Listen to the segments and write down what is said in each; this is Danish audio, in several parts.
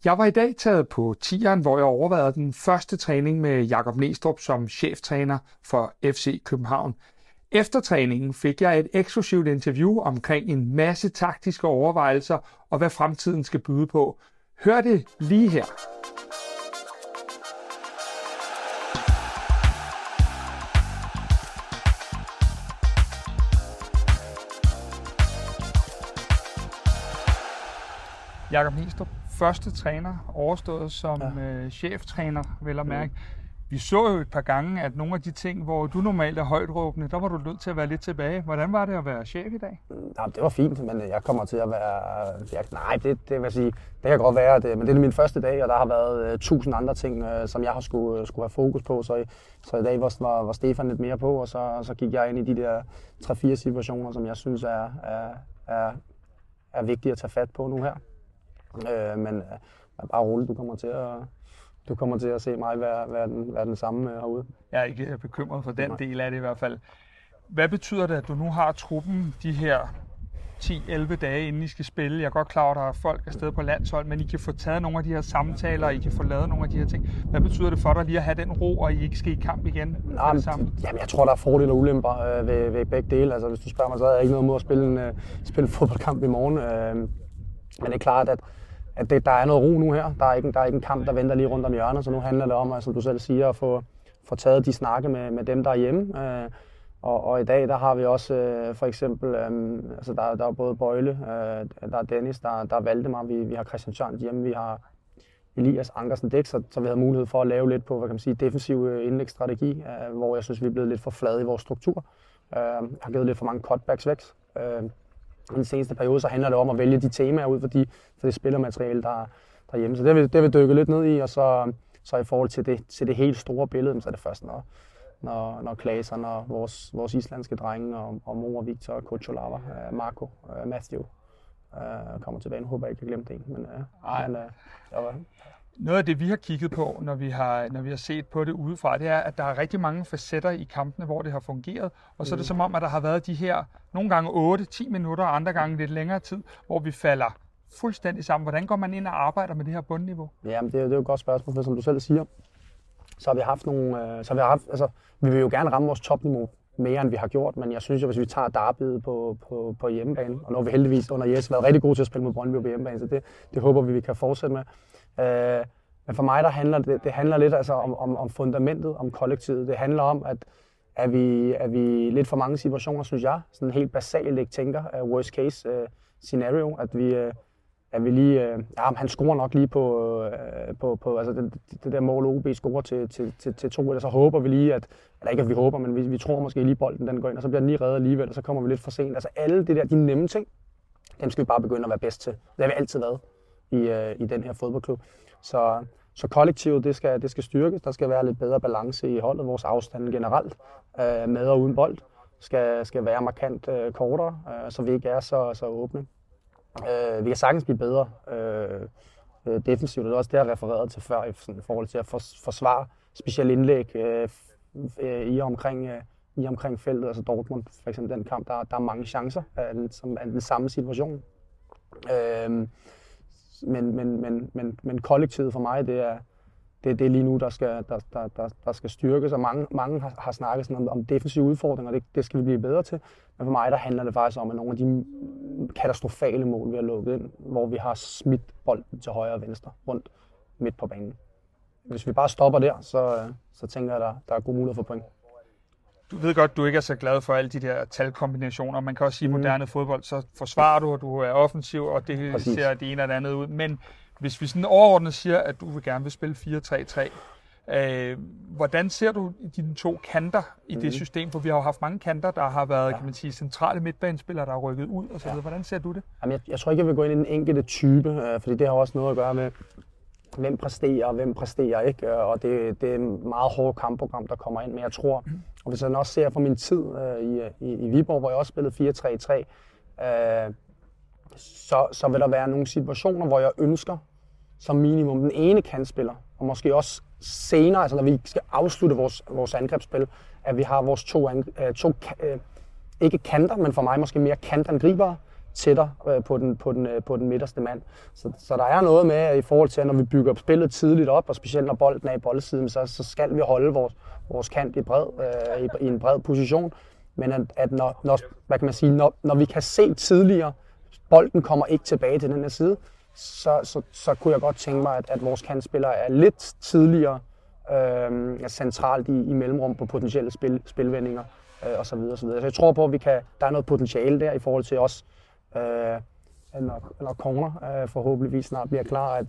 Jeg var i dag taget på Tieren, hvor jeg overvejede den første træning med Jakob Næstrup som cheftræner for FC København. Efter træningen fik jeg et eksklusivt interview omkring en masse taktiske overvejelser og hvad fremtiden skal byde på. Hør det lige her. Jakob Næstrup, første træner, overstået som cheftræner, vel at mærke. Vi så jo et par gange, at nogle af de ting, hvor du normalt er højtråbende, der var du nødt til at være lidt tilbage. Hvordan var det at være chef i dag? Ja, det var fint, men jeg kommer til at være... det vil sige, det kan godt være, men det er min første dag, og der har været 1000 andre ting, som jeg har skulle have fokus på. Så i dag var Stefan lidt mere på, og så gik jeg ind i de der 3-4 situationer, som jeg synes er vigtige at tage fat på nu her. Men bare roligt, du kommer til at se mig være den samme herude. Jeg er ikke bekymret for den del af det i hvert fald. Hvad betyder det, at du nu har truppen de her 10-11 dage, inden I skal spille? Jeg er godt klar over, at der er folk afsted på landshold, men I kan få taget nogle af de her samtaler, I kan få lavet nogle af de her ting. Hvad betyder det for dig lige at have den ro, og I ikke skal i kamp igen? Jamen, jeg tror, der er fordele og ulemper ved begge dele. Altså, hvis du spørger mig, så er jeg ikke noget mod at spille en fodboldkamp i morgen. Men det er klart, at der er noget ro nu her. Der er ikke en kamp, der venter lige rundt om hjørnet, så nu handler det om, som du selv siger, at få taget de snakke med dem, der er hjemme. Og i dag, der har vi også for eksempel, der er både Bøjle, der er Dennis, der er Valdemar, vi har Christian Sørensen hjemme, vi har Elias Ankersen Dæk, så vi havde mulighed for at lave lidt på, defensiv indlægsstrategi, hvor jeg synes, vi er blevet lidt for flade i vores struktur. Har givet lidt for mange cutbacks væk. I den seneste periode, så handler det om at vælge de temaer ud for det spillermateriale, der er hjemme. Så det vil dykke lidt ned i, og så i forhold til det helt store billede, så er det først, når Klaas og vores islandske drenge, og Mor, Victor, Kocholava, Marco, Matthew kommer tilbage. Nu håber jeg ikke, at glemme det. Noget af det, vi har kigget på, når vi har set på det udefra, det er, at der er rigtig mange facetter i kampene, hvor det har fungeret. Og så er det som om, at der har været de her nogle gange 8-10 minutter, og andre gange lidt længere tid, hvor vi falder fuldstændig sammen. Hvordan går man ind og arbejder med det her bundniveau? Jamen, det er jo et godt spørgsmål, for som du selv siger, så har vi haft vi vil jo gerne ramme vores topniveau mere, end vi har gjort, men jeg synes jo, hvis vi tager derbyet på hjemmebane, og nu har vi heldigvis under Jes været rigtig gode til at spille mod Brøndby på hjemmebane, så det håber vi kan fortsætte med. Men for mig, der handler det handler lidt om fundamentet, om kollektivet. Det handler om, at vi lidt for mange situationer, synes jeg, sådan helt basalt ikke tænker worst case scenario, at vi lige, han scorer nok lige på det der mål, OB scorer til 2, eller så håber vi lige, eller ikke at vi håber, men vi tror måske lige bolden den går ind, og så bliver den lige reddet alligevel, og så kommer vi lidt for sent. Altså alle de nemme ting, dem skal vi bare begynde at være bedst til. Det har vi altid været i den her fodboldklub. Så kollektivet, det skal styrkes, der skal være lidt bedre balance i holdet, vores afstand generelt, med og uden bold, skal være markant kortere, så vi ikke er så åbne. Vi kan sagtens blive bedre defensivt, det er også det, jeg refererede til før, i forhold til at forsvare specielt indlæg i omkring feltet, altså Dortmund, for eksempel den kamp, der er mange chancer af den samme situation. Men kollektivet for mig, det er lige nu, der skal styrkes, og mange har snakket sådan om defensive udfordringer, og det skal vi blive bedre til. Men for mig, der handler det faktisk om, at nogle af de katastrofale mål, vi har lukket ind, hvor vi har smidt bolden til højre og venstre rundt midt på banen. Hvis vi bare stopper der, så tænker jeg, at der er god mulighed for point. Du ved godt, du ikke er så glad for alle de der talkombinationer. Man kan også sige, moderne fodbold, så forsvarer du, og du er offensiv, og det ser det ene og det andet ud. Men hvis vi sådan overordnet siger, at du gerne vil spille 4-3-3, hvordan ser du dine to kanter i det system? For vi har jo haft mange kanter, der har været, kan man sige, centrale midtbanespillere, der har rykket ud og så videre. Hvordan ser du det? Jamen, jeg tror ikke, jeg vil gå ind i den enkelte type, fordi det har også noget at gøre med, hvem præsterer og hvem præsterer ikke. Og det er et meget hårdt kampprogram, der kommer ind. Men jeg tror, og hvis jeg også ser fra min tid i Viborg, hvor jeg også spillede 4-3-3, så vil der være nogle situationer, hvor jeg ønsker som minimum den ene kantspiller, og måske også senere, altså når vi skal afslutte vores angrebsspil, at vi har vores to ikke kanter, men for mig måske mere kantangribere, tættere på den midterste mand. Så der er noget med i forhold til, at når vi bygger spillet tidligt op, og specielt når bolden er i boldsiden, så skal vi holde vores kant i en bred position. Men at når, hvad kan man sige, når vi kan se tidligere, bolden kommer ikke tilbage til den her side, så kunne jeg godt tænke mig, at vores kantspillere er lidt tidligere centralt i mellemrum på potentielle spilvendinger og så videre. Så jeg tror på, at der er noget potentiale der i forhold til os, når Corner forhåbentligvis snart bliver klar,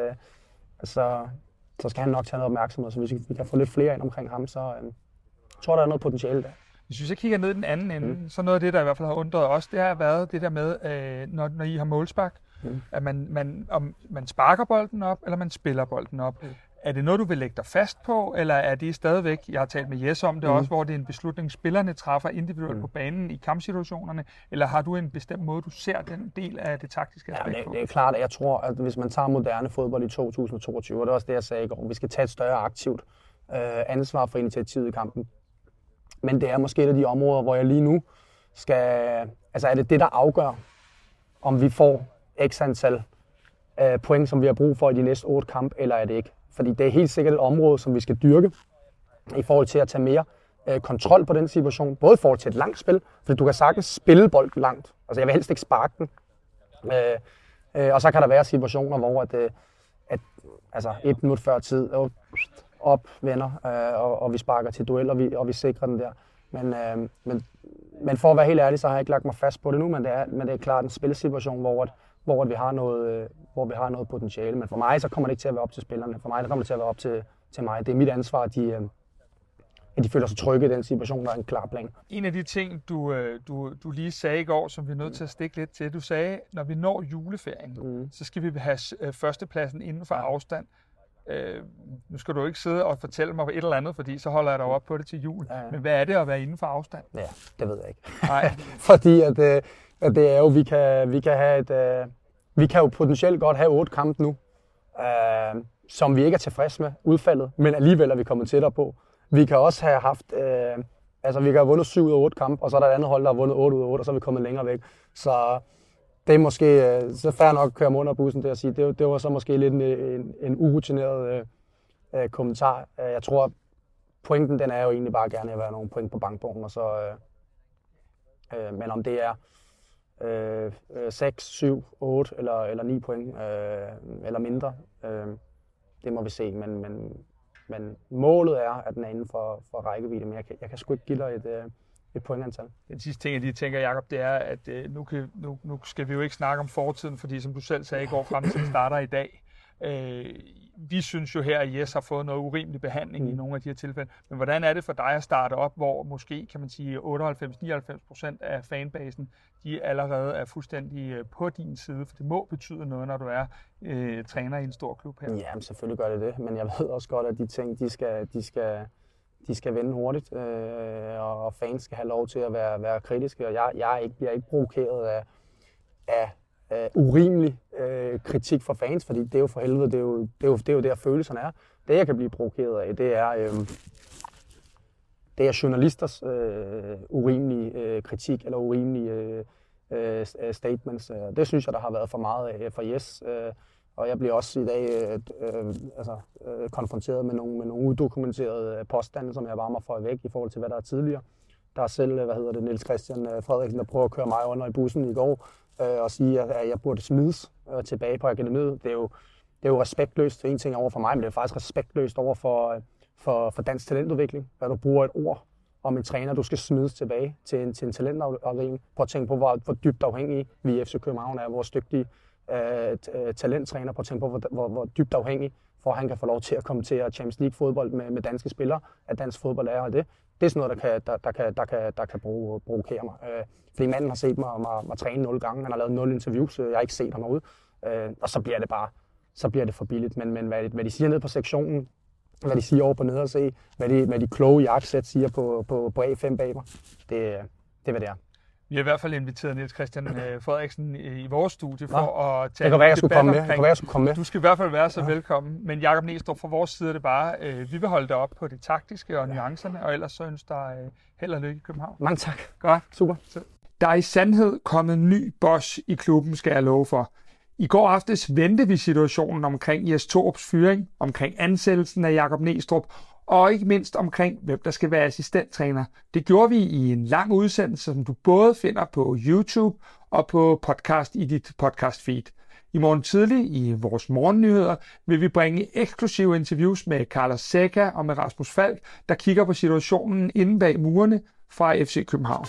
så skal han nok tage noget opmærksomhed, så hvis vi kan få lidt flere ind omkring ham, så tror der er noget potentiale der. Hvis jeg kigger ned i den anden ende, så noget af det, der i hvert fald har undret os, det har været det der med, når I har målspark, at man sparker bolden op, eller man spiller bolden op. Er det noget, du vil lægge dig fast på, eller er det stadigvæk, jeg har talt med Jes om det også, hvor det er en beslutning, spillerne træffer individuelt på banen i kampsituationerne, eller har du en bestemt måde, du ser den del af det taktiske aspekt på? Det er klart, at jeg tror, at hvis man tager moderne fodbold i 2022, og det er også det, jeg sagde i går, vi skal tage et større aktivt ansvar for initiativet i kampen. Men det er måske et af de områder, hvor jeg lige nu er det der afgør, om vi får x antal point, som vi har brug for i de næste 8 kampe, eller er det ikke. Fordi det er helt sikkert et område, som vi skal dyrke i forhold til at tage mere kontrol på den situation. Både i forhold til et langt spil, fordi du kan sagtens spille bolden langt. Altså jeg vil helst ikke sparke den. Og så kan der være situationer, hvor at 1 minut før tid, op, venner, og vi sparker til duel, og vi sikrer den der. Men for at være helt ærlig, så har jeg ikke lagt mig fast på det nu, men det er klart en spilsituation, hvor vi har noget potentiale. Men for mig, så kommer det ikke til at være op til spillerne. For mig, der kommer det til at være op til mig. Det er mit ansvar, at de føler sig trygge i den situation, der er en klar plan. En af de ting, du lige sagde i går, som vi er nødt til at stikke lidt til, du sagde, når vi når juleferien, så skal vi have førstepladsen inden for afstand. Nu skal du ikke sidde og fortælle mig et eller andet, fordi så holder jeg dig op på det til jul. Ja. Men hvad er det at være inden for afstand? Ja, det ved jeg ikke. Nej. Fordi at det er jo, vi kan jo potentielt godt have 8 kampe nu, som vi ikke er tilfreds med udfaldet, men alligevel er vi kommet tættere på. Vi kan også have haft, vi kan have vundet 7 ud af 8 kampe, og så er der et andet hold, der har vundet 8 ud af 8, og så er vi kommet længere væk. Så det er måske så fair nok at køre mig under bussen til at sige. Det var så måske lidt en urutineret kommentar. Jeg tror, pointen den er jo egentlig bare gerne at være nogle point på bankbogen, og så, men om det er 6, 7, 8 eller 9 point eller mindre, det må vi se. Men målet er, at den er inden for rækkevidde, men jeg kan sgu ikke give dig et pointantal. Den sidste ting, jeg lige tænker, Jakob, det er, at nu skal vi jo ikke snakke om fortiden, fordi som du selv sagde i går, fremtiden starter i dag. Vi synes jo her, at Jes har fået noget urimelig behandling i nogle af de her tilfælde. Men hvordan er det for dig at starte op, hvor måske, kan man sige, 98-99% af fanbasen, de allerede er fuldstændig på din side? For det må betyde noget, når du er træner i en stor klub her. Jamen, selvfølgelig gør det. Men jeg ved også godt, at de ting, de skal vende hurtigt, og fans skal have lov til at være kritiske. Og jeg bliver ikke provokeret af urimelig kritik fra fans, fordi det er jo for helvede, det er jo der følelserne er. Det jeg kan blive provokeret af, det er journalisters urimelige kritik eller urimelige statements. Det synes jeg, der har været for meget af for Jes. Og jeg bliver også i dag konfronteret med nogle udokumenterede påstande, som jeg bare må få væk i forhold til, hvad der er tidligere. Der er selv, Niels Christian Frederiksen, der prøver at køre mig under i bussen i går og sige, at jeg burde smides tilbage på akademiet. Det er jo respektløst. En ting over for mig, men det er faktisk respektløst over for dansk talentudvikling. At du bruger et ord om en træner, du skal smides tilbage til en talentafdeling. Prøv at tænke på, hvor dybt afhængige vi i FC København er, vores dygtige talenttræner. Prøv at tænke på, hvor dybt afhængig, for at han kan få lov til at kommentere Champions League fodbold med danske spillere, at dansk fodbold er, og det er sådan noget, der kan provokere mig. Fordi manden har set mig træne 0 gange, han har lavet 0 interviews, jeg har ikke set ham ude, og så bliver det for billigt. Men hvad de siger nede på sektionen, hvad de siger over på nede og se, hvad de kloge jagtsæt siger på A5 bag mig, det er, hvad det er. Vi har i hvert fald inviteret Niels Christian Frederiksen i vores studie for at tage det kan være, jeg skulle komme med. Du skal i hvert fald være så velkommen. Men Jakob Næstrup, fra vores side er det bare, vi vil holde dig op på det taktiske og nuancerne, og ellers så ønsker dig held og lykke i København. Mange tak. Godt. Super. Der er i sandhed kommet en ny boss i klubben, skal jeg love for. I går aftes vendte vi situationen omkring Jes Torups fyring, omkring ansættelsen af Jakob Næstrup, og ikke mindst omkring, hvem der skal være assistenttræner. Det gjorde vi i en lang udsendelse, som du både finder på YouTube og på podcast i dit podcast feed. I morgen tidlig i vores morgennyheder vil vi bringe eksklusive interviews med Carlos Seca og med Rasmus Falk, der kigger på situationen inde bag murene fra FC København.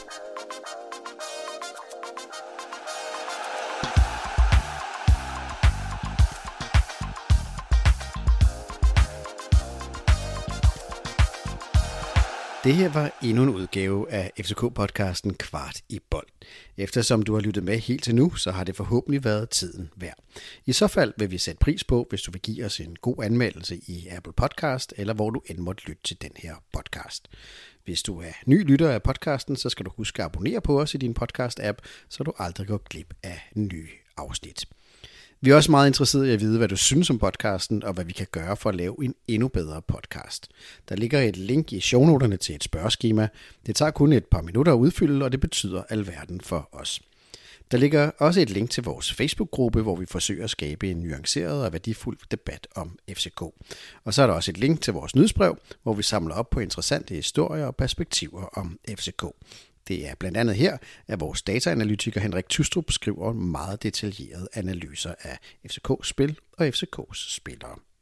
Det her var endnu en udgave af FCK-podcasten Kvart i bold. Eftersom du har lyttet med helt til nu, så har det forhåbentlig været tiden værd. I så fald vil vi sætte pris på, hvis du vil give os en god anmeldelse i Apple Podcast, eller hvor du end måtte lytte til den her podcast. Hvis du er ny lytter af podcasten, så skal du huske at abonnere på os i din podcast-app, så du aldrig går glip af nye afsnit. Vi er også meget interesserede i at vide, hvad du synes om podcasten, og hvad vi kan gøre for at lave en endnu bedre podcast. Der ligger et link i shownoterne til et spørgeskema. Det tager kun et par minutter at udfylde, og det betyder alverden for os. Der ligger også et link til vores Facebook-gruppe, hvor vi forsøger at skabe en nuanceret og værdifuld debat om FCK. Og så er der også et link til vores nyhedsbrev, hvor vi samler op på interessante historier og perspektiver om FCK. Det er blandt andet her, at vores dataanalytiker Henrik Tystrup skriver meget detaljerede analyser af FCK's spil og FCK's spillere.